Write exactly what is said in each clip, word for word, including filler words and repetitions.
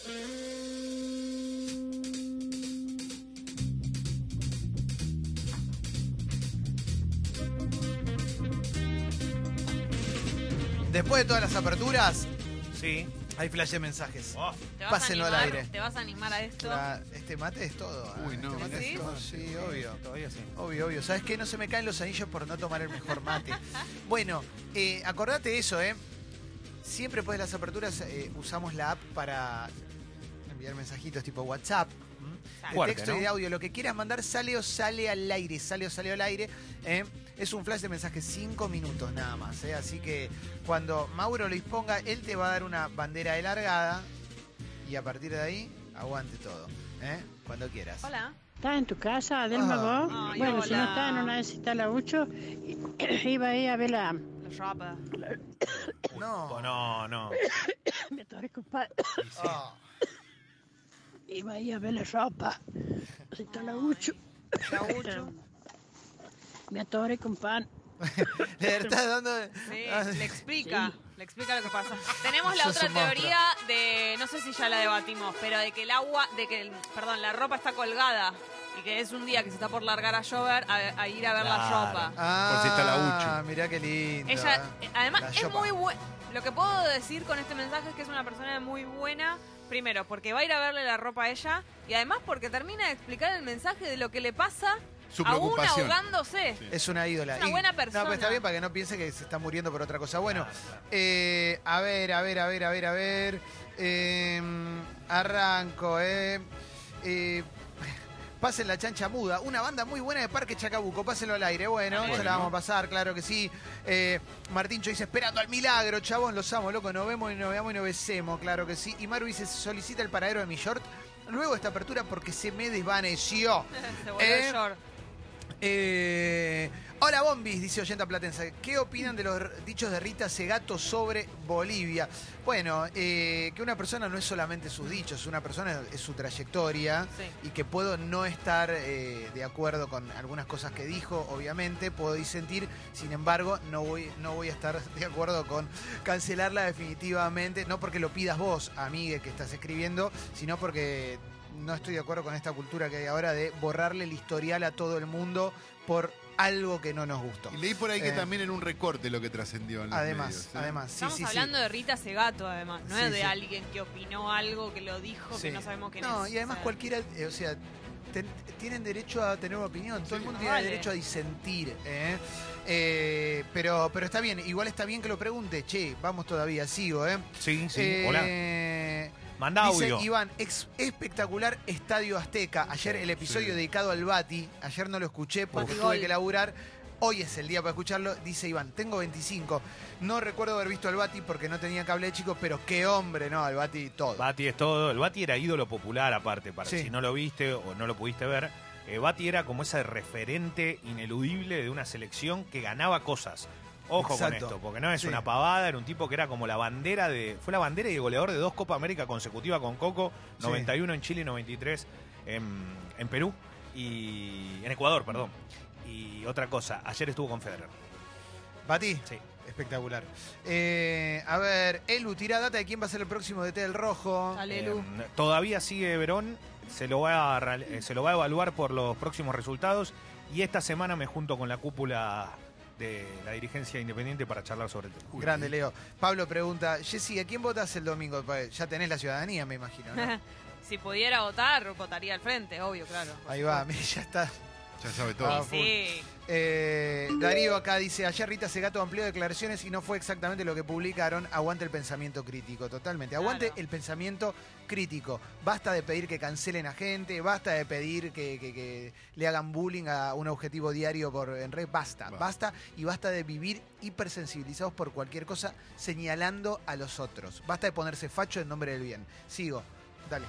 Después de todas las aperturas, Sí. hay flash de mensajes. Oh. ¿Te vas Pásenlo a al animar, aire. ¿Te vas a animar a esto? La- este mate es todo. Uy, ¿eh? no. Este mate ¿Sí? es todo. Sí, obvio. Todavía sí. Obvio, obvio. ¿Sabes qué? No se me caen los anillos por no tomar el mejor mate. Bueno, eh, acordate de eso, ¿eh? Siempre después de las aperturas eh, usamos la app para enviar mensajitos tipo WhatsApp. ¿m? De Fuerte, texto ¿no? y de audio. Lo que quieras mandar sale o sale al aire. Sale o sale al aire. ¿eh? Es un flash de mensajes cinco minutos nada más. ¿eh? Así que cuando Mauro lo disponga, él te va a dar una bandera de largada. Y a partir de ahí, aguante todo. ¿eh? Cuando quieras. Hola. ¿Estás en tu casa, Delma, Ah. vos? Ay, Bueno, si no hola. estás en una de esas está la Ucho, iba ahí a ver la... La ropa. No. No, no. Me atoré, compadre. Y sí. Ah. Iba ahí a ver la ropa. Si está la Ucho. La Ucho. Me atoré, compadre. Le estás dando. Sí, Ah, le explica, Sí. le explica lo que pasa. Tenemos la Sos otra un monstruo. teoría de, no sé si ya la debatimos, pero de que el agua, de que, el- perdón, la ropa está colgada y que es un día que se está por largar a llover a, a ir a ver la Claro. ropa. Ah, Por si está la Uchu. Mirá qué lindo. Ella, ¿eh? eh, además, La es yopa. muy buena. Lo que puedo decir con este mensaje es que es una persona muy buena. Primero, porque va a ir a verle la ropa a ella. Y además, porque termina de explicar el mensaje de lo que le pasa Su aún preocupación. ahogándose. Sí. Es una ídola. Es una Y- buena No, pero persona. está bien para que no piense que se está muriendo por otra cosa. Bueno, Claro, claro. eh, a ver, a ver, a ver, a ver, a ver. Eh, arranco, eh. eh Pasen la chancha muda. Una banda muy buena de Parque Chacabuco. Pásenlo al aire. Bueno, Bueno. se la vamos a pasar, claro que sí. Eh, Martíncho dice, esperando al milagro, chabón. Los amo, loco. Nos vemos y nos veamos y nos besemos, claro que sí. Y Maru dice, solicita el paradero de mi short. Luego esta apertura porque se me desvaneció. Se volvió Eh, el short. Eh, hola Bombis, dice Oyenta Platense. ¿Qué opinan de los dichos de Rita Segato sobre Bolivia? Bueno, eh, que una persona no es solamente sus dichos, una persona es su trayectoria Sí. y que puedo no estar eh, de acuerdo con algunas cosas que dijo, obviamente, puedo disentir, sin embargo, no voy, no voy a estar de acuerdo con cancelarla definitivamente, no porque lo pidas vos, amigue, que estás escribiendo, sino porque no estoy de acuerdo con esta cultura que hay ahora de borrarle el historial a todo el mundo por algo que no nos gustó. Y leí por ahí que Eh, también en un recorte lo que trascendió en los Además, medios, ¿eh? además, sí, Estamos sí, sí. hablando de Rita Segato, además. No Sí, es de sí. alguien que opinó algo, que lo dijo, Sí. que no sabemos quién No, es. y además O sea, cualquiera, eh, o sea, ten- tienen derecho a tener una opinión, todo el mundo tiene vale. derecho a disentir, ¿eh? Eh, pero, pero está bien, igual está bien que lo pregunte, che, vamos todavía, sigo, ¿eh? Sí, sí. Eh, Hola. Manda Dice audio. Iván, ex- espectacular Estadio Azteca. Ayer el episodio sí. dedicado al Bati. Ayer no lo escuché porque Batigol. tuve que laburar. Hoy es el día para escucharlo. Dice Iván, tengo veinticinco. No recuerdo haber visto al Bati porque no tenía cable de chicos, pero qué hombre, ¿no? Al Bati todo. Bati es todo. El Bati era ídolo popular, aparte, para Sí. si no lo viste o no lo pudiste ver. Eh, Bati era como ese referente ineludible de una selección que ganaba cosas. Ojo Exacto. con esto, porque no es Sí. una pavada, era un tipo que era como la bandera de. Fue la bandera y el goleador de dos Copa América consecutivas con Coco, Sí. noventa y uno en Chile y noventa y tres en, en Perú y. en Ecuador, perdón. Y otra cosa, ayer estuvo con Federer. ¿Bati? Sí. Espectacular. Eh, a ver, Elu, tira data de quién va a ser el próximo D T del Rojo. Dale, Lu. Eh, todavía sigue Verón, se lo, va a, real- eh, se lo va a evaluar por los próximos resultados y esta semana me junto con la cúpula de la dirigencia independiente para charlar sobre el tema. Uy, Grande, Leo. Pablo pregunta, Jessy, ¿a quién votas el domingo? Pues ya tenés la ciudadanía, me imagino, ¿no? Si pudiera votar, votaría al frente, obvio, claro. por Ahí va, supuesto. mira, ya está. Ya sabe todo. Ah, Sí. Eh, Darío acá dice, ayer Rita Segato amplió declaraciones y no fue exactamente lo que publicaron. Aguante el pensamiento crítico, totalmente. Aguante Claro. el pensamiento crítico. Basta de pedir que cancelen a gente, basta de pedir que, que- que le hagan bullying a un objetivo diario por en red. Basta, Basta. basta y basta de vivir hipersensibilizados por cualquier cosa señalando a los otros. Basta de ponerse facho en nombre del bien. Sigo, dale.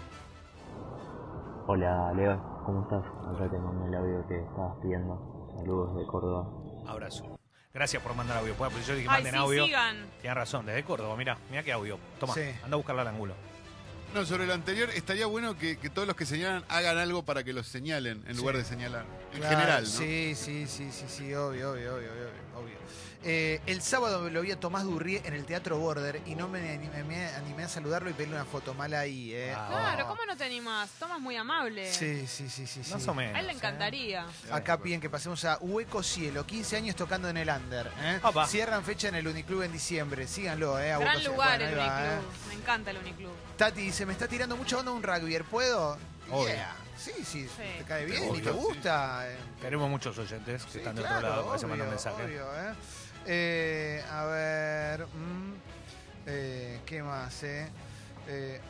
Hola Leo, ¿cómo estás? Acá te mando el audio que estabas pidiendo. Saludos de Córdoba. Abrazo. Gracias por mandar audio. Pues yo dije Ay, manden sí, audio. sigan. Tienes razón, desde Córdoba, mirá, mirá qué audio. Toma, Sí. anda a buscarla al ángulo. No, sobre lo anterior, estaría bueno que, que todos los que señalan hagan algo para que los señalen en lugar Sí. de señalar. En Claro, general, ¿no? Sí, sí, sí, sí, sí, obvio, obvio, obvio, obvio. obvio. Eh, el sábado lo vi a Tomás Durrié en el Teatro Border y no me animé, me animé a saludarlo y pedirle una foto. Mal ahí, ¿eh? Ah, Claro, ¿cómo no te animás? Tomás muy amable. Sí, sí, sí, sí. Más sí. o menos. A él le ¿eh? encantaría. Acá piden que pasemos a Hueco Cielo, quince años tocando en el Under. ¿eh? Opa. Cierran fecha en el Uniclub en diciembre. Síganlo, ¿eh? A Gran Hueco Cielo. lugar Bueno, el ahí va, Uniclub. ¿eh? Me encanta el Uniclub. Tati dice, me está tirando mucha onda un rugby, ¿puedo? Obvio. Yeah. Sí, sí, Sí. te cae bien Obvio, y te sí. gusta. eh. Tenemos muchos oyentes que Sí, están de claro, otro lado, por eso obvio, mandan mensajes. obvio, ¿eh? Eh, a ver... mm, eh, ¿qué más, eh? Eh,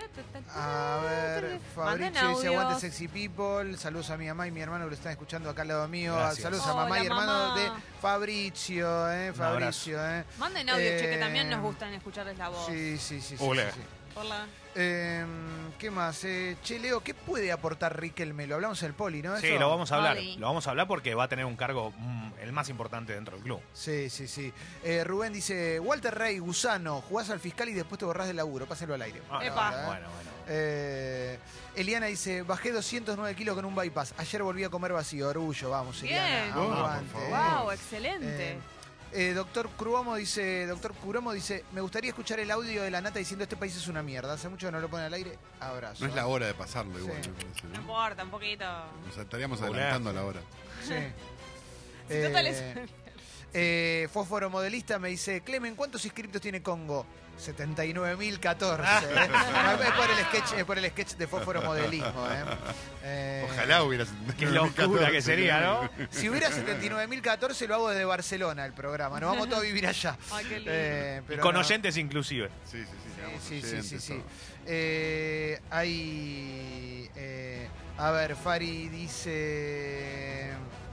A ver, Manden Fabricio dice audios. aguante Sexy People. Saludos a mi mamá y mi hermano que lo están escuchando acá al lado mío. Gracias. Saludos a mamá Hola, y hermano mamá. de Fabricio, eh, Un Fabricio, eh. Manden audio, che, que Eh, también nos gustan escucharles la voz. Sí, sí, sí, sí, Hola. sí, sí. Hola. Eh, ¿Qué más? Eh, che, Leo, ¿qué puede aportar Riquelme? Lo hablamos en el poli, ¿no? Sí, Eso. lo vamos a hablar. Oli. Lo vamos a hablar porque va a tener un cargo mm, el más importante dentro del club. Sí, sí, sí. Eh, Rubén dice, Walter Rey, gusano, jugás al fiscal y después te borrás del laburo, pásalo al aire. Ah, Epa. ¿eh? Bueno, bueno. Eh, Eliana dice, bajé doscientos nueve kilos con un bypass. Ayer volví a comer vacío. Orgullo, vamos, Bien. Eliana. Wow, Aguante. por favor. Wow, excelente. Eh, eh, doctor Curomo dice, doctor Curomo dice, me gustaría escuchar el audio de la Nata diciendo este país es una mierda. Hace mucho que no lo ponen al aire. Abrazo. No es la hora de pasarlo igual, Sí. me parece, No ¿no? importa, un poquito. Nos estaríamos Hola. adelantando a la hora. Sí. Si total es- Eh, eh, Fósforo Modelista me dice, Clemen, ¿cuántos inscriptos tiene Congo? setenta y nueve mil catorce. ¿eh? No, es, por el sketch, es por el sketch de Fósforo Modelismo. ¿eh? Eh, Ojalá hubiera... Qué locura que sería, ¿no? Si hubiera setenta y nueve mil catorce lo hago desde Barcelona el programa. Nos vamos todos a vivir allá. Ay, qué lindo. Eh, Y pero con no. oyentes inclusive. Sí, sí, sí. llegamos Sí, sí, sí, oyentes, sí. todo. Eh, hay... eh, a ver, Fari dice...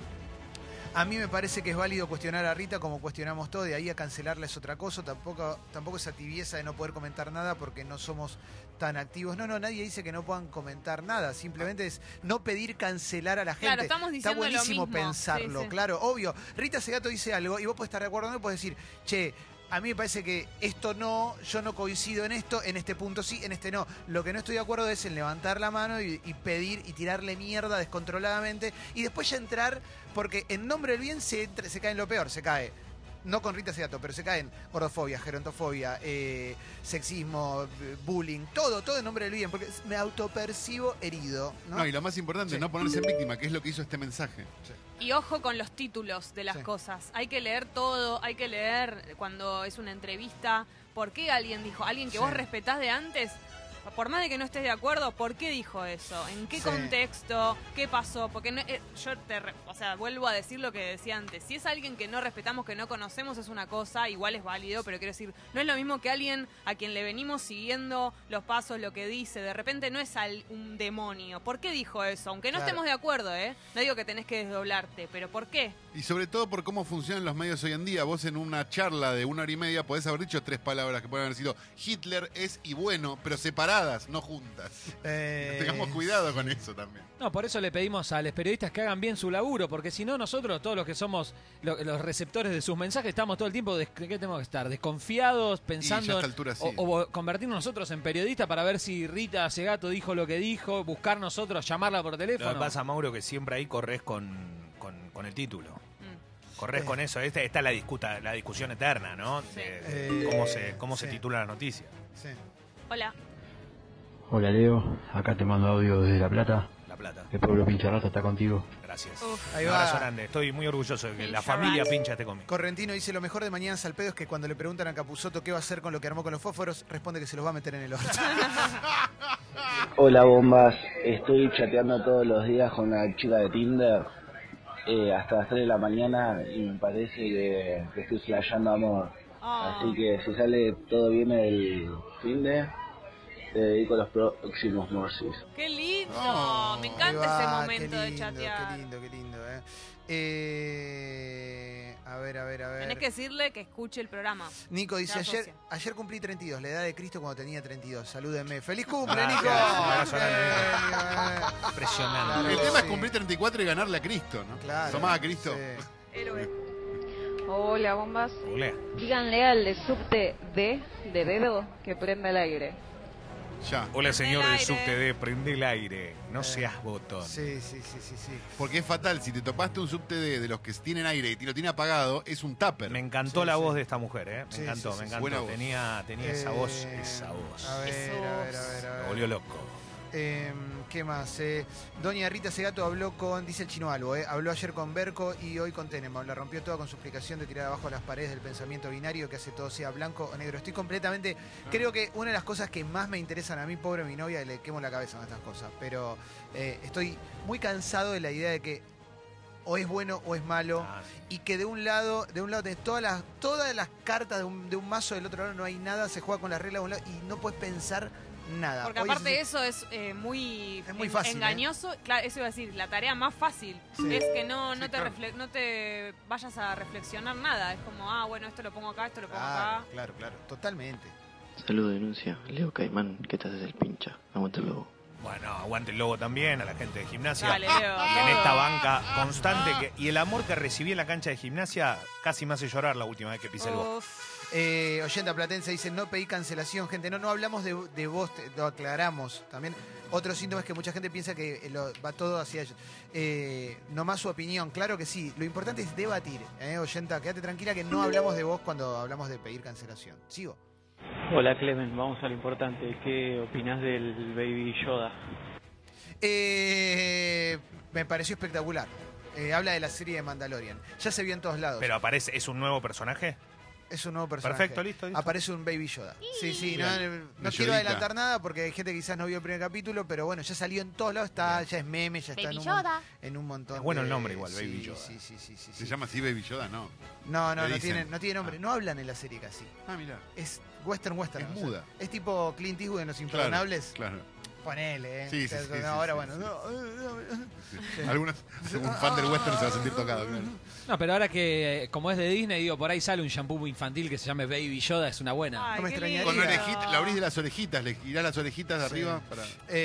A mí me parece que es válido cuestionar a Rita como cuestionamos todo, de ahí a cancelarla es otra cosa, tampoco, tampoco esa tibieza de no poder comentar nada porque no somos tan activos. No, no, nadie dice que no puedan comentar nada, simplemente es no pedir cancelar a la gente. Claro, estamos Está diciendo lo buenísimo mismo. pensarlo, Sí, sí. claro, obvio. Rita Segato dice algo y vos podés estar de acuerdo, no podés decir, che, a mí me parece que esto no, yo no coincido en esto, en este punto sí, en este no. Lo que no estoy de acuerdo es en levantar la mano y, y pedir y tirarle mierda descontroladamente y después ya entrar, porque en nombre del bien se, entra- se cae en lo peor, se cae. No con Rita Segato, pero se caen gordofobia, gerontofobia, eh, sexismo, eh, bullying, todo, todo en nombre del bien, porque me autopercibo herido. ¿no? No, y lo más importante, Sí. no ponerse en víctima, que es lo que hizo este mensaje. Y ojo con los títulos de las Sí. cosas. Hay que leer todo, hay que leer cuando es una entrevista. ¿Por qué alguien dijo? Alguien que Sí. vos respetás de antes, por más de que no estés de acuerdo, ¿por qué dijo eso? ¿En qué Sí. contexto? ¿Qué pasó? Porque no- eh, yo te, re- o sea, vuelvo a decir lo que decía antes. Si es alguien que no respetamos, que no conocemos, es una cosa, igual es válido, pero quiero decir, no es lo mismo que alguien a quien le venimos siguiendo los pasos, lo que dice. De repente no es al- un demonio. ¿Por qué dijo eso? Aunque no Claro. estemos de acuerdo, ¿eh? No digo que tenés que desdoblarte, pero ¿por qué? Y sobre todo por cómo funcionan los medios hoy en día. Vos en una charla de una hora y media podés haber dicho tres palabras que pueden haber sido Hitler es y bueno, pero separadas, no juntas. Eh, Tengamos cuidado con eso también. No, por eso le pedimos a los periodistas que hagan bien su laburo, porque si no nosotros, todos los que somos lo- los receptores de sus mensajes, estamos todo el tiempo, de, ¿qué tenemos que estar? Desconfiados, Y ya pensando a esta altura sí. o, o convertirnos nosotros en periodistas para ver si Rita Segato dijo lo que dijo, buscar nosotros, llamarla por Lo teléfono. que pasa, Mauro, que siempre ahí corres con, con, con el título. Mm. Corres Eh. con eso. Esta, esta es la, discuta, la discusión eterna, ¿no? De- de Eh, cómo se, cómo se sí. titula la noticia. Sí. Hola. Hola Leo, acá te mando audio desde La Plata. La Plata. El pueblo Pincharrata está contigo. Gracias. Uf. Ahí Un va. abrazo grande. Estoy muy orgulloso de que la Pincha familia Rat. pincha este cómic. Correntino dice, lo mejor de Mañana al pedo es que cuando le preguntan a Capusotto qué va a hacer con lo que armó con los fósforos, responde que se los va a meter en el orto. Hola bombas, estoy chateando todos los días con una chica de Tinder eh, hasta las tres de la mañana y me parece que, que estoy flasheando amor. Ah. Así que si sale todo bien el fin de, te dedico los próximos morsis. ¡Qué lindo! Oh, Me Ahí encanta va, ese qué momento de lindo, chatear. Qué lindo, qué lindo, eh. Eh, a ver, a ver, a ver. Tenés que decirle que escuche el programa. Nico dice, Se ayer, asocia. ayer cumplí treinta y dos, la edad de Cristo cuando tenía treinta y dos. Salúdenme. ¡Feliz cumple, Gracias. Nico! Un abrazo Eh, Impresionante. Claro, El tema sí. es cumplir treinta y cuatro y ganarle a Cristo, ¿no? Claro. Tomás a Cristo. Sí. Héroe. Hola, bombas. Googlea. Díganle al de subte D, de dedo, que prenda el aire. Ya. Hola, señor El del aire. subte D, prende el aire. No Eh, seas botón. Sí, sí, sí, sí, sí. Porque es fatal, si te topaste un subte de, de los que tienen aire y te lo tiene apagado, es un tupper. Me encantó Sí, la sí. voz de esta mujer, ¿eh? Me Sí, encantó, sí, sí, me sí. encantó. Buena voz. Tenía, tenía esa Eh, voz, esa voz. A ver, Esos- a ver, a ver, a Me ver. volvió loco. Eh, ¿Qué más? Eh, Doña Rita Segato habló con, dice el Chino Albo, eh, habló ayer con Berco y hoy con Tenenbaum. La rompió toda con su explicación de tirar abajo las paredes del pensamiento binario que hace todo sea blanco o negro. Estoy completamente... Creo que una de las cosas que más me interesan a mí, pobre mi novia, le quemo la cabeza con estas cosas. Pero eh, estoy muy cansado de la idea de que o es bueno o es malo. Ah, sí. Y que de un lado, de un lado tenés todas las, todas las cartas de un, de un mazo, del otro lado no hay nada, se juega con las reglas de un lado y no puedes pensar nada. Porque Hoy aparte de es- eso es eh, muy, Es muy en- fácil, engañoso. Claro, eso iba a decir, la tarea más fácil Sí. es que no, no, Sí, te claro. refle- no te vayas a reflexionar nada. Es como, ah, bueno, esto lo pongo acá, esto lo pongo Claro, acá. claro, claro, totalmente. Salud, denuncia. Leo Caimán, ¿qué te haces el pincha? Aguanta el lobo. Bueno, aguante el logo también, a la gente de gimnasia. Dale, Leo. Y en esta banca constante que, y el amor que recibí en la cancha de gimnasia casi me hace llorar la última vez que pisé el box. Uf. Eh, Oyenta Platense dice, no pedí cancelación, gente. No, no hablamos de, de vos, te- lo aclaramos. También otro síntoma es que mucha gente piensa que eh, lo- va todo hacia ellos. Eh, nomás su opinión, claro que sí. Lo importante es debatir. ¿eh? Oyenta, quédate tranquila que no hablamos de vos cuando hablamos de pedir cancelación. Sigo. Hola Clemen, vamos a lo importante. ¿Qué opinás del Baby Yoda? Eh, me pareció espectacular. Eh, habla de la serie de Mandalorian. Ya se vio en todos lados. Pero aparece, ¿es un nuevo personaje? Es un nuevo personaje. Perfecto, listo, listo. Aparece un Baby Yoda. Sí, sí, no, Bien. no Una quiero Yodita. adelantar nada porque hay gente que quizás no vio el primer capítulo, pero bueno, ya salió en todos lados, está, ya es meme, ya está Baby en un, Yoda. en un montón. Es bueno de- el nombre igual, sí, Baby Yoda. Sí, sí, sí, sí, ¿Se sí. llama así Baby Yoda? No. No, no, Le no dicen. tiene, no tiene nombre. Ah. No hablan en la serie casi. Ah, mira. Es western western. Es o sea, muda. es tipo Clint Eastwood en Los Claro, Imperdonables. claro. Ponele, ¿eh? Sí, O sea, sí, sí, sí, ahora, sí, bueno. sí. no, Sí. Algunas, un fan del western se va a sentir tocado. Claro. No, pero ahora que, eh, como es de Disney, digo, por ahí sale un shampoo infantil que se llame Baby Yoda, es una buena. Ay, No me qué extrañaría. Con lindo. orejita, la abrís de las orejitas, le girás las orejitas de Sí. arriba para.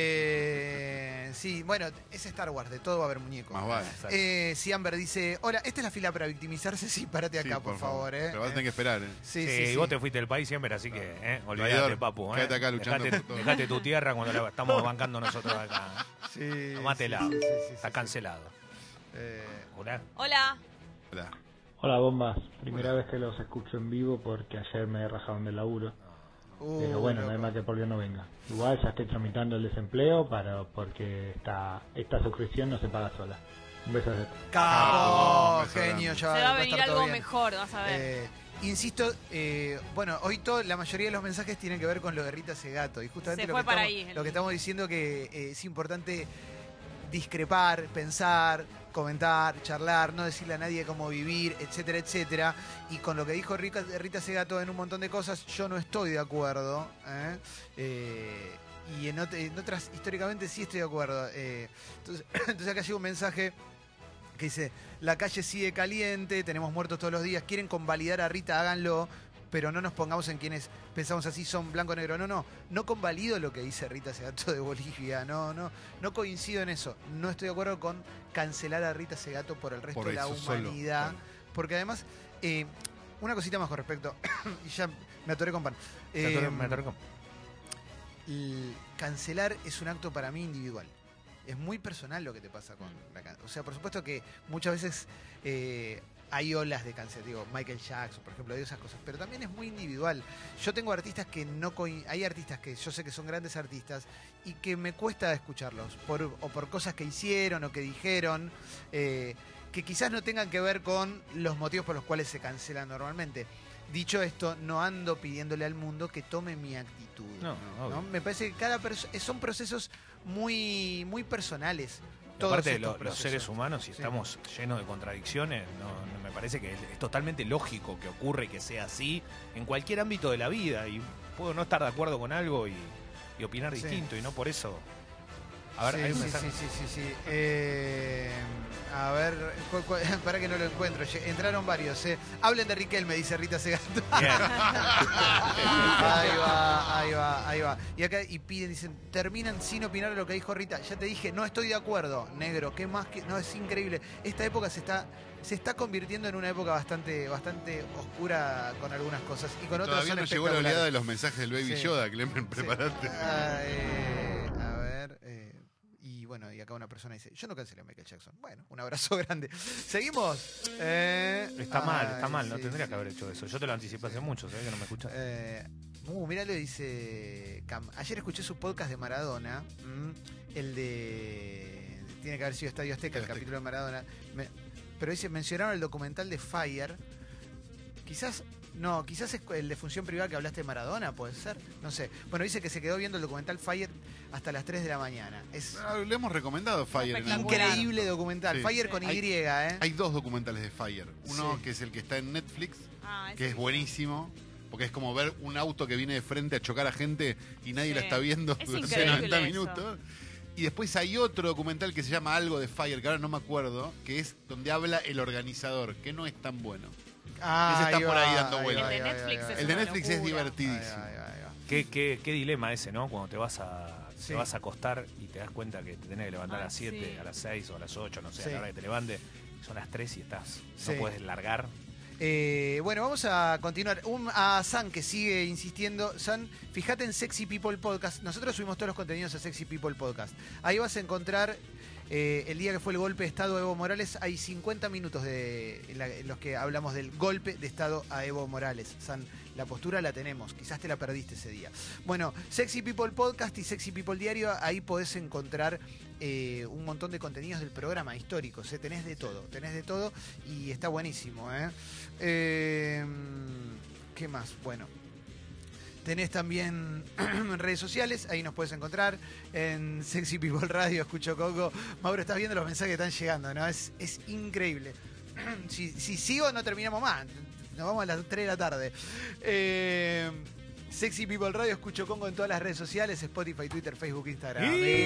Eh, sí, bueno, es Star Wars, de todo va a haber muñecos. Más vale. Eh, si Amber dice, hola, esta es la fila para victimizarse, sí, párate acá, Sí, por, favor, eh. Pero vas a tener que esperar, ¿eh? Sí, Sí, sí, y sí. vos te fuiste del país siempre, así que, eh, olvidate, Traidor, papu. Eh. quédate acá luchando Dejate, por todo. dejate tu tierra cuando la estamos bancando nosotros acá. Sí, Tomátela. sí, sí, sí, sí, Está sí. cancelado. Eh, Hola. Hola. Hola. Hola bombas, primera vez que los escucho en vivo porque ayer me rajaron del laburo. uh, Pero bueno, loco. no hay más que por Dios no venga. Igual ya estoy tramitando el desempleo para porque esta, esta suscripción no se paga sola. Un beso de Capo, Capo, genio, ya Se va a venir estar todo algo bien. mejor, vas a ver. Eh, insisto, eh, bueno, hoy todo, la mayoría de los mensajes tienen que ver con lo de Rita Segato y justamente Se lo, fue que para estamos, ahí, el- lo que estamos diciendo que eh, es importante discrepar, pensar, comentar, charlar, no decirle a nadie cómo vivir, etcétera, etcétera. Y con lo que dijo Rita, Rita Segato en un montón de cosas, yo no estoy de acuerdo. ¿eh? Eh, y en, ot- en otras, históricamente sí estoy de acuerdo. Eh, entonces, entonces acá llega un mensaje que dice, la calle sigue caliente, tenemos muertos todos los días, quieren convalidar a Rita, háganlo, pero no nos pongamos en quienes pensamos así, son blanco o negro. No, no, no convalido lo que dice Rita Segato de Bolivia, no, no, no coincido en eso. No estoy de acuerdo con cancelar a Rita Segato por el resto Por de la eso solo, humanidad, claro. porque además, eh, una cosita más con respecto, y ya me atoré con pan. Me atoré- Eh, me atoré con- el cancelar es un acto para mí individual. Es muy personal lo que te pasa con la canción. O sea, por supuesto que muchas veces eh, hay olas de cáncer. Digo, Michael Jackson, por ejemplo, digo esas cosas. Pero también es muy individual. Yo tengo artistas que no... coi- Hay artistas que yo sé que son grandes artistas y que me cuesta escucharlos. Por, o por cosas que hicieron o que dijeron. eh, que quizás no tengan que ver con los motivos por los cuales se cancelan normalmente. Dicho esto, no ando pidiéndole al mundo que tome mi actitud. No, ¿no? obvio. Me parece que cada perso- son procesos muy, muy personales. Y Todos aparte, estos lo- los procesos. seres humanos, si Sí. estamos llenos de contradicciones, no, no me parece que es, es totalmente lógico que ocurre y que sea así en cualquier ámbito de la vida. Y puedo no estar de acuerdo con algo y, y opinar Sí. distinto, y no por eso A ver, sí, hay un sí, mensaje. sí, sí, sí, sí. Eh, a ver, cu- cu- para que no lo encuentro. Ye- Entraron varios. Eh. Hablen de Riquelme, dice Rita Segato. Bien. Ahí va, ahí va, ahí va. Y acá y piden, dicen, terminan sin opinar de lo que dijo Rita. Ya te dije, no estoy de acuerdo, negro. ¿Qué más que.? No, es increíble. Esta época se está. Se está convirtiendo en una época bastante, bastante oscura con algunas cosas y con otras Todavía son no llegó la espectaculares. oleada de los mensajes del Baby Sí. Yoda, Clemen, preparate. Ah, eh, a ver. eh, y bueno, y acá una persona dice: yo no cancelé a Michael Jackson. Bueno, un abrazo grande. Seguimos. Eh, Está mal, está ay, mal, no sí, tendría sí. que haber hecho eso. Yo te lo anticipé hace mucho, ¿sabes que no me escuchas? Eh, uh, mirá, lo dice Cam. Ayer escuché su podcast de Maradona. mm, el de. Tiene que haber sido Estadio Azteca, el Azteca. capítulo de Maradona. Me- pero dice: mencionaron el documental de Fire. Quizás. No, quizás es el de Función Privada que hablaste de Maradona, puede ser. No sé. Bueno, dice que se quedó viendo el documental Fire hasta las tres de la mañana. Es Ah, le hemos recomendado Fire. en algún Espectacular. increíble documental. Sí. Fire con Hay- Y, ¿eh? Hay dos documentales de Fire. Uno Sí. que es el que está en Netflix, Ah, ese que es sí. buenísimo, porque es como ver un auto que viene de frente a chocar a gente y nadie Sí. la está viendo Es durante increíble noventa eso. minutos. Y después hay otro documental que se llama algo de Fire, que ahora no me acuerdo, que es donde habla el organizador, que no es tan bueno. Ah, ese está ahí por va, ahí dando ahí vueltas. va, El de ahí va, Netflix ahí va, es El de una Netflix es locura. divertidísimo. ahí va, ahí va. ¿Qué, qué, qué dilema ese, ¿no? Cuando te vas a Sí. te vas a acostar y te das cuenta que te tenés que levantar Ah, a las siete, sí. a las seis o a las ocho, no sé, Sí. a la hora que te levantes, son las tres y estás, Sí. no puedes largar. Eh, bueno, vamos a continuar. Un, a San que sigue insistiendo. San, fíjate en Sexy People Podcast. Nosotros subimos todos los contenidos a Sexy People Podcast. Ahí vas a encontrar eh, el día que fue el golpe de Estado a Evo Morales. Hay cincuenta minutos de en la- en los que hablamos del golpe de Estado a Evo Morales. San, la postura la tenemos. Quizás te la perdiste ese día. Bueno, Sexy People Podcast y Sexy People Diario. Ahí podés encontrar eh, un montón de contenidos del programa históricos. ¿eh? Tenés de todo. Tenés de todo y está buenísimo. ¿eh? Eh, ¿Qué más? Bueno, tenés también redes sociales, ahí nos puedes encontrar. En Sexy People Radio, escucho Coco. Mauro, estás viendo los mensajes que están llegando, ¿no? Es, es increíble. Si, si sigo, no terminamos más. Nos vamos a las tres de la tarde. Eh, Sexy People Radio, escucho Congo en todas las redes sociales: Spotify, Twitter, Facebook, Instagram.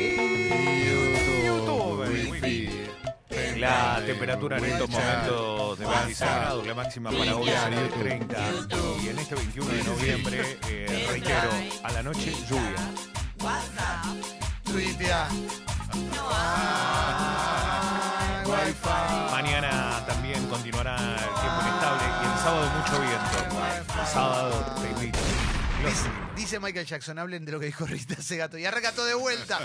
YouTube. Muy bien. La temperatura en estos momentos de veintiséis grados, la máxima para hoy será de treinta. Y en este veintiuno de noviembre, eh, reitero, a la noche lluvia. Tuitea. Ah, Wi-Fi. Mañana también continuará el tiempo inestable y el sábado mucho viento. El sábado te invito. Dice, dice Michael Jackson, hablen de lo que dijo Rita Segato. Y arranca todo de vuelta.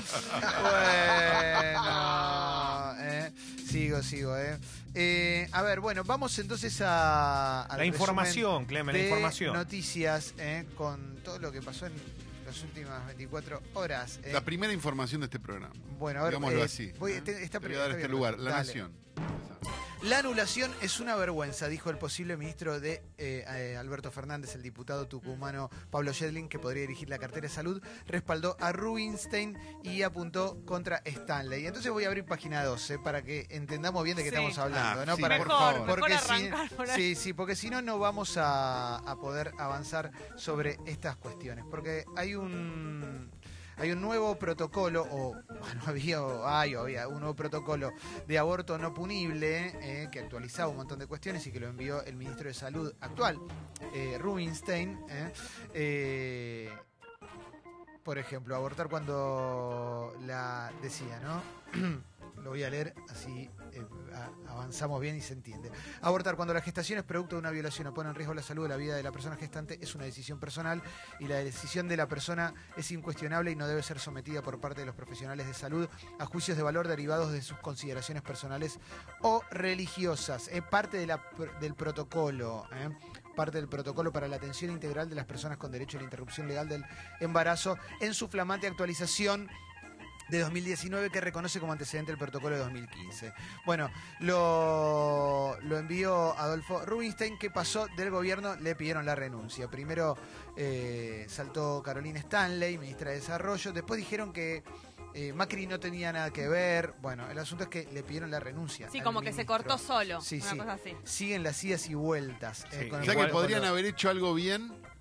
Bueno, eh. sigo, sigo, eh. Eh, a ver, bueno, vamos entonces a... al La información, resumen Clemen, la de información. Noticias, eh, con todo lo que pasó en las últimas veinticuatro horas. eh. La primera información de este programa. Bueno, a ver, Digámoslo eh, así. voy- ¿eh? te- está Te voy a dar está este bien, lugar, La dale. Nación. La anulación es una vergüenza, dijo el posible ministro de eh, eh, Alberto Fernández. El diputado tucumano Pablo Yedlin, que podría dirigir la cartera de salud, respaldó a Rubinstein y apuntó contra Stanley. Entonces voy a abrir página doce para que entendamos bien de qué Sí. estamos hablando, Ah, ¿no? sí, Para, por Mejor, favor. mejor porque si, arrancar por ahí. sí, sí, porque si no, no vamos a, a poder avanzar sobre estas cuestiones. Porque hay un... Hay un nuevo protocolo, o bueno, había, o hay, o había un nuevo protocolo de aborto no punible eh, que actualizaba un montón de cuestiones y que lo envió el ministro de Salud actual, eh, Rubinstein. Eh, eh, por ejemplo, abortar cuando la decía, ¿no? Lo voy a leer, así eh, a- avanzamos bien y se entiende. Abortar cuando la gestación es producto de una violación o pone en riesgo la salud o la vida de la persona gestante es una decisión personal y la decisión de la persona es incuestionable y no debe ser sometida por parte de los profesionales de salud a juicios de valor derivados de sus consideraciones personales o religiosas. Es parte de la, del protocolo, ¿eh? parte del protocolo para la atención integral de las personas con derecho a la interrupción legal del embarazo en su flamante actualización de dos mil diecinueve que reconoce como antecedente el protocolo de dos mil quince. Bueno, lo, lo envió Adolfo Rubinstein, que pasó del gobierno, le pidieron la renuncia. Primero eh, saltó Carolina Stanley, ministra de Desarrollo, después dijeron que eh, Macri no tenía nada que ver. Bueno, el asunto es que le pidieron la renuncia. Sí, al como que se ministro. cortó solo. Sí, una sí. cosa así. Siguen las idas y vueltas. eh, Sí, con O el sea que protocolo. podrían haber hecho algo bien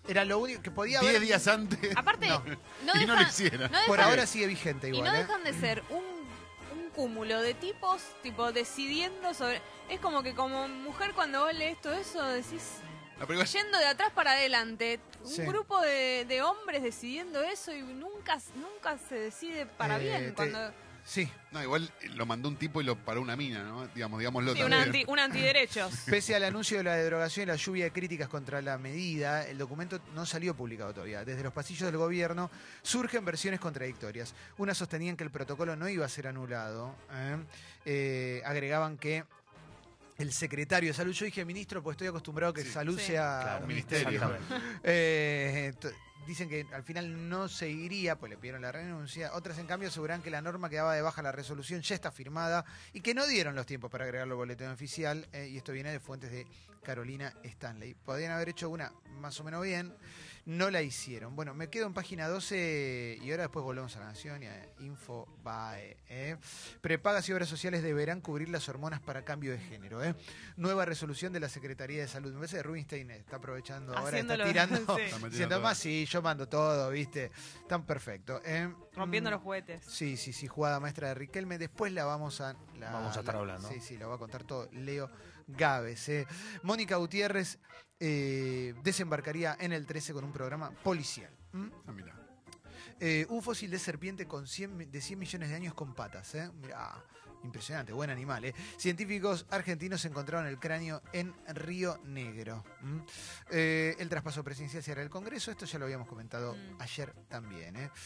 Era lo único que podía Diez haber. días antes. Aparte, No. no, Y no dejan- lo hicieron. no Por dejan- ahora sigue vigente y igual, no ¿eh? dejan de ser un, un cúmulo de tipos, tipo, decidiendo sobre... Es como que como mujer cuando vos lees todo eso, decís... No, pero igual- Yendo de atrás para adelante, un Sí. grupo de, de hombres decidiendo eso y nunca, nunca se decide para Eh, bien. te- Cuando, Sí. No, igual lo mandó un tipo y lo paró una mina, ¿no? Digamos, digámoslo sí, un, también. anti, un antiderechos. Pese al anuncio de la derogación y la lluvia de críticas contra la medida, el documento no salió publicado todavía. Desde los pasillos del gobierno surgen versiones contradictorias. Unas sostenían que el protocolo no iba a ser anulado. ¿eh? Eh, agregaban que el secretario de Salud, yo dije ministro, pues estoy acostumbrado a que Sí. Salud Sí. sea Claro, un ministerio. exactamente. Eh, t- dicen que al final no seguiría, pues le pidieron la renuncia. Otras, en cambio, aseguran que la norma que daba de baja la resolución ya está firmada y que no dieron los tiempos para agregarlo al boletín oficial. eh, y esto viene de fuentes de Carolina Stanley. Podrían haber hecho una más o menos bien, no la hicieron. Bueno, me quedo en página doce y ahora después volvemos a La Nación y a Infobae. ¿eh? Prepagas y obras sociales deberán cubrir las hormonas para cambio de género. ¿eh? Nueva resolución de la Secretaría de Salud. Me parece que Rubinstein está aprovechando ahora, Haciéndolo, está tirando, sí. Está metiendo diciendo todo. más, sí, yo mando todo, ¿viste? Tan perfecto. ¿eh? Rompiendo Mm, los juguetes. Sí, sí, sí, jugada maestra de Riquelme. Después la vamos a... la- Vamos a estar la- hablando. Sí, sí, lo va a contar todo Leo Gávez. ¿eh? Mónica Gutiérrez eh, desembarcaría en el trece con un programa policial. ¿m? Ah, mirá. Eh, un fósil de serpiente con cien, mi- de cien millones de años con patas. ¿eh? Mirá, impresionante, buen animal. ¿eh? Científicos argentinos encontraron el cráneo en Río Negro. ¿m? Eh, el traspaso presidencial se hará el Congreso. Esto ya lo habíamos comentado Mm. ayer también. ¿eh?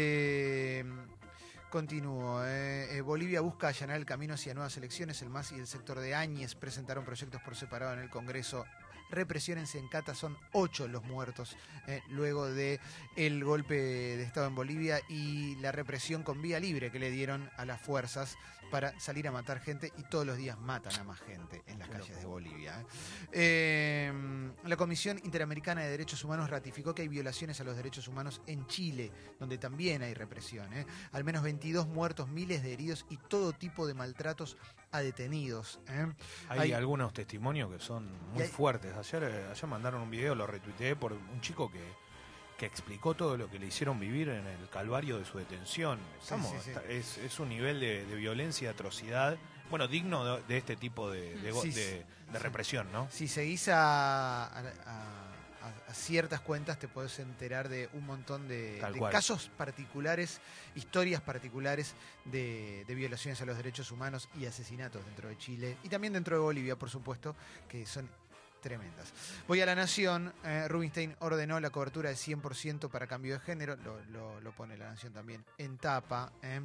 Eh, Continúo. eh, eh, Bolivia busca allanar el camino hacia nuevas elecciones. El M A S y el sector de Áñez presentaron proyectos por separado en el Congreso. Represión en Sencata, son ocho los muertos eh, luego de el golpe de Estado en Bolivia y la represión con vía libre que le dieron a las fuerzas para salir a matar gente, y todos los días matan a más gente en las calles de Bolivia. ¿eh? Eh, la Comisión Interamericana de Derechos Humanos ratificó que hay violaciones a los derechos humanos en Chile, donde también hay represión. ¿eh? Al menos veintidós muertos, miles de heridos y todo tipo de maltratos a detenidos. ¿eh? Hay, Hay- algunos testimonios que son Y muy hay- fuertes. Ayer, eh, ayer mandaron un video, lo retuiteé, por un chico que, que explicó todo lo que le hicieron vivir en el calvario de su detención. Estamos, sí, sí. está- es, es un nivel de, de violencia, de atrocidad, bueno, digno de, de este tipo de, de, go- Sí, de- sí. de represión, ¿no? Si seguís a, a- a- a ciertas cuentas te podés enterar de un montón de, Tal de cual. casos particulares, historias particulares de, de violaciones a los derechos humanos y asesinatos dentro de Chile y también dentro de Bolivia, por supuesto, que son tremendas. Voy a La Nación. eh, Rubinstein ordenó la cobertura de cien por ciento para cambio de género. Lo, lo- lo pone La Nación también en tapa. eh.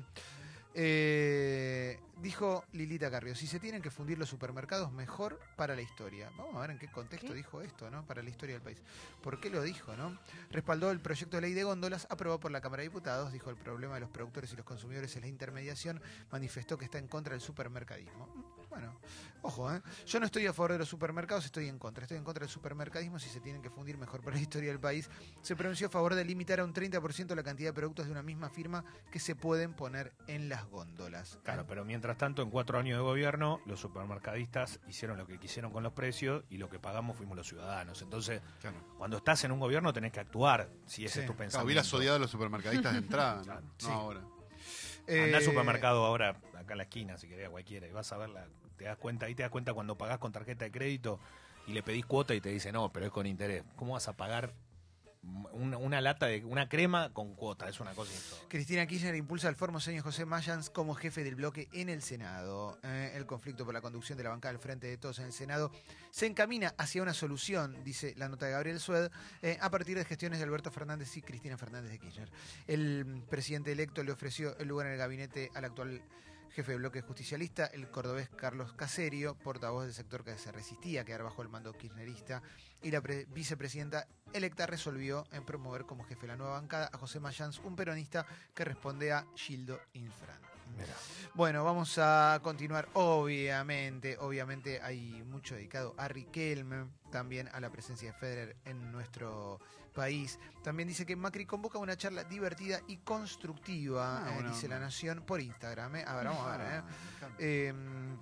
Eh, dijo Lilita Carrió, si se tienen que fundir los supermercados, mejor para la historia. Vamos a ver en qué contexto ¿Qué? dijo esto, ¿no? Para la historia del país. ¿Por qué lo dijo, no? Respaldó el proyecto de ley de góndolas aprobado por la Cámara de Diputados. Dijo, el problema de los productores y los consumidores es la intermediación. Manifestó que está en contra del supermercadismo. Bueno, ojo, ¿eh? Yo no estoy a favor de los supermercados, estoy en contra. Estoy en contra del supermercadismo. Si se tienen que fundir, mejor para la historia del país. Se pronunció a favor de limitar a un treinta por ciento la cantidad de productos de una misma firma que se pueden poner en las góndolas. Claro, pero mientras tanto, en cuatro años de gobierno, los supermercadistas hicieron lo que quisieron con los precios y lo que pagamos fuimos los ciudadanos. Entonces, Claro. cuando estás en un gobierno tenés que actuar, si ese Sí. es tu Claro, pensamiento. hubieras odiado a los supermercadistas de entrada, ¿no? Claro. No Sí. ahora. Andá al Eh, supermercado ahora, acá en la esquina, si querés, a cualquiera, y vas a ver, la, te das cuenta, ahí te das cuenta cuando pagás con tarjeta de crédito y le pedís cuota y te dice, no, pero es con interés. ¿Cómo vas a pagar una, una lata de una crema con cuota? Es una cosa insólita. Cristina Kirchner impulsa al formoseño José Mayans como jefe del bloque en el Senado. Eh, el conflicto por la conducción de la bancada del Frente de Todos en el Senado se encamina hacia una solución, dice la nota de Gabriel Sued, eh, a partir de gestiones de Alberto Fernández y Cristina Fernández de Kirchner. El presidente electo le ofreció el lugar en el gabinete al actual jefe del bloque justicialista, el cordobés Carlos Caserio, portavoz del sector que se resistía a quedar bajo el mando kirchnerista, y la pre- vicepresidenta electa resolvió en promover como jefe de la nueva bancada a José Mayans, un peronista que responde a Gildo Infran. Mirá. Bueno, vamos a continuar. Obviamente, obviamente hay mucho dedicado a Riquelme, también a la presencia de Federer en nuestro país. También dice que Macri convoca una charla divertida y constructiva, Ah, eh, buena dice onda. La Nación, por Instagram. eh. A ver, vamos a ver. eh. Ah, me encanta. Eh,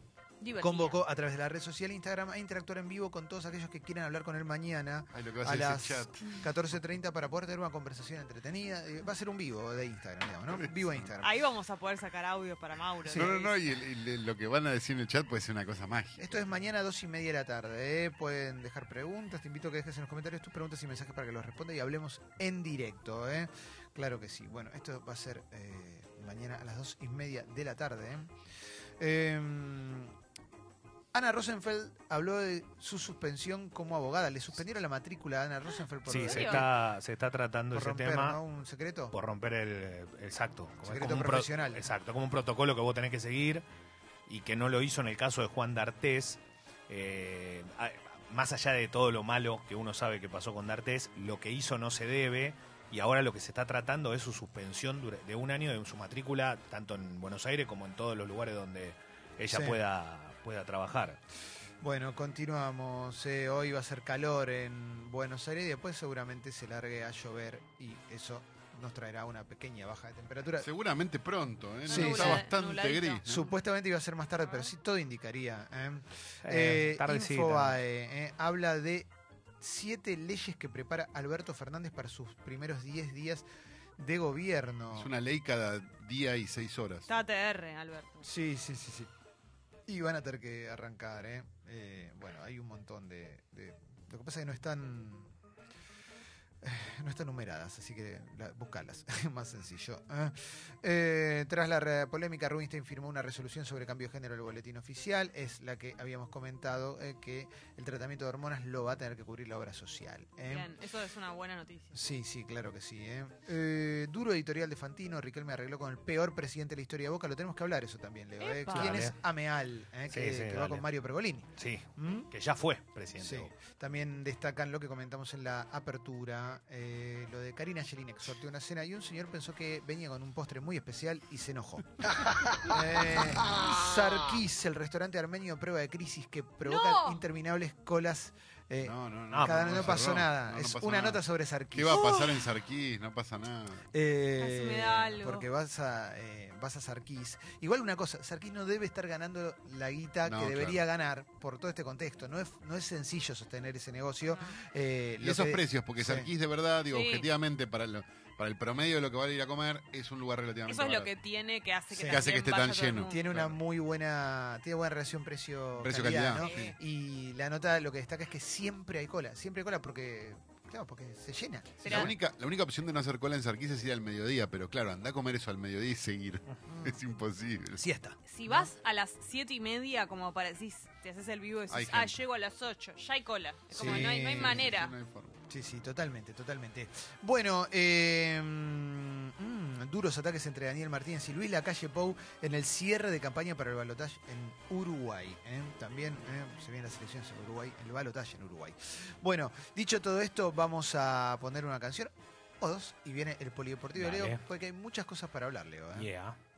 Divertida. convocó a través de la red social Instagram a interactuar en vivo con todos aquellos que quieran hablar con él mañana Ay, lo que va a a hacer las ese chat. catorce treinta para poder tener una conversación entretenida. Eh, Va a ser un vivo de Instagram, digamos, ¿no? Vivo de Instagram. Ahí vamos a poder sacar audios para Mauro. Sí. No, no, no, y el- el- el- lo que van a decir en el chat puede ser una cosa mágica. Esto es mañana a dos y media de la tarde. ¿eh? Pueden dejar preguntas. Te invito a que dejes en los comentarios tus preguntas y mensajes para que los responda y hablemos en directo. ¿eh? Claro que sí. Bueno, esto va a ser eh, mañana a las dos y media de la tarde. ¿eh? Eh, Ana Rosenfeld habló de su suspensión como abogada. ¿Le suspendieron la matrícula a Ana Rosenfeld por, Sí, se serio? está, se está tratando por ese romper, tema. ¿no? un secreto? Por romper el. Exacto. Como- es Secreto como un pro- profesional. exacto, como un protocolo que vos tenés que seguir y que no lo hizo en el caso de Juan D'Artés. Eh, a- más allá de todo lo malo que uno sabe que pasó con D'Artés, lo que hizo no se debe y ahora lo que se está tratando es su suspensión dura- de un año de su matrícula, tanto en Buenos Aires como en todos los lugares donde ella Sí. pueda, pueda trabajar. Bueno, continuamos. eh, Hoy va a ser calor en Buenos Aires y después seguramente se largue a llover y eso nos traerá una pequeña baja de temperatura. Seguramente pronto, ¿eh? Sí, está sí. bastante Nubladito. gris. ¿no? Supuestamente iba a ser más tarde, pero sí todo indicaría. ¿eh? Eh, Eh, tardecita. Infobae eh, habla de siete leyes que prepara Alberto Fernández para sus primeros diez días de gobierno. Es una ley cada día y seis horas. Está A T R, Alberto. Sí, sí, sí, sí. Y van a tener que arrancar, ¿eh? Eh, bueno, hay un montón de, de- Lo que pasa es que no están... eh, No están numeradas, así que la, buscalas, más sencillo. ¿eh? Eh, tras la re- polémica, Rubinstein firmó una resolución sobre cambio de género en el boletín oficial. Es la que habíamos comentado, eh, que el tratamiento de hormonas lo va a tener que cubrir la obra social. ¿eh? Bien, eso es una buena noticia. Sí, sí, claro que sí. ¿eh? Eh, duro editorial de Fantino, Riquelme arregló con el peor presidente de la historia de Boca. Lo tenemos que hablar eso también, Leo. ¿eh? Epa. ¿Quién Dale. es Ameal? ¿eh? Sí, que sí, que va dale. con Mario Pergolini. Sí, ¿Mm? que ya fue presidente. Sí. de Boca. También destacan lo que comentamos en la apertura, eh, lo de Karina Jelinek, sorteó una cena y un señor pensó que venía con un postre muy especial y se enojó. eh, Sarkis, el restaurante armenio prueba de crisis que provoca ¡No! interminables colas. eh, No, no, no. Ah, cada no no pasó cerró. nada. No, no es pasó una nada. nota sobre Sarkis. ¿Qué va a pasar en Sarquís? No pasa nada. Eh, Casi me da algo. Porque vas a, eh, vas a Sarkis. Igual una cosa, Sarkis no debe estar ganando la guita No, que debería ganar por todo este contexto. No es, no es sencillo sostener ese negocio. Eh, Y lo esos que- precios, porque sí. Sarquís de verdad, digo, Sí. objetivamente, para, lo- para el promedio de lo que vale ir a comer, es un lugar relativamente Eso es lo barato. que tiene que hace que, Sí. Que hace que también esté tan vaya todo el lleno. mundo. Tiene una Claro. muy buena, tiene buena relación precio-calidad, Precio-calidad, ¿no? sí. Y la nota lo que destaca es que siempre hay cola, siempre hay cola porque, claro, porque se llena. Pero- La única, la única opción de no hacer cola en Sarquís es ir al mediodía, pero claro, anda a comer eso al mediodía y seguir. Es imposible. Siesta. Si vas a las siete y media, como para decir, te haces el vivo y Hay decís, ah, gente. llego a las ocho, ya hay cola. Es como Sí. no hay, no hay manera. No hay forma. Sí, sí, totalmente, totalmente. Bueno, eh, mm, duros ataques entre Daniel Martínez y Luis Lacalle Pou en el cierre de campaña para el balotaje en Uruguay. ¿eh? También eh, se vienen las elecciones en Uruguay, el balotaje en Uruguay. Bueno, dicho todo esto, vamos a poner una canción o dos y viene el Polideportivo de Dale. Leo, porque hay muchas cosas para hablar, Leo. ¿eh? Yeah.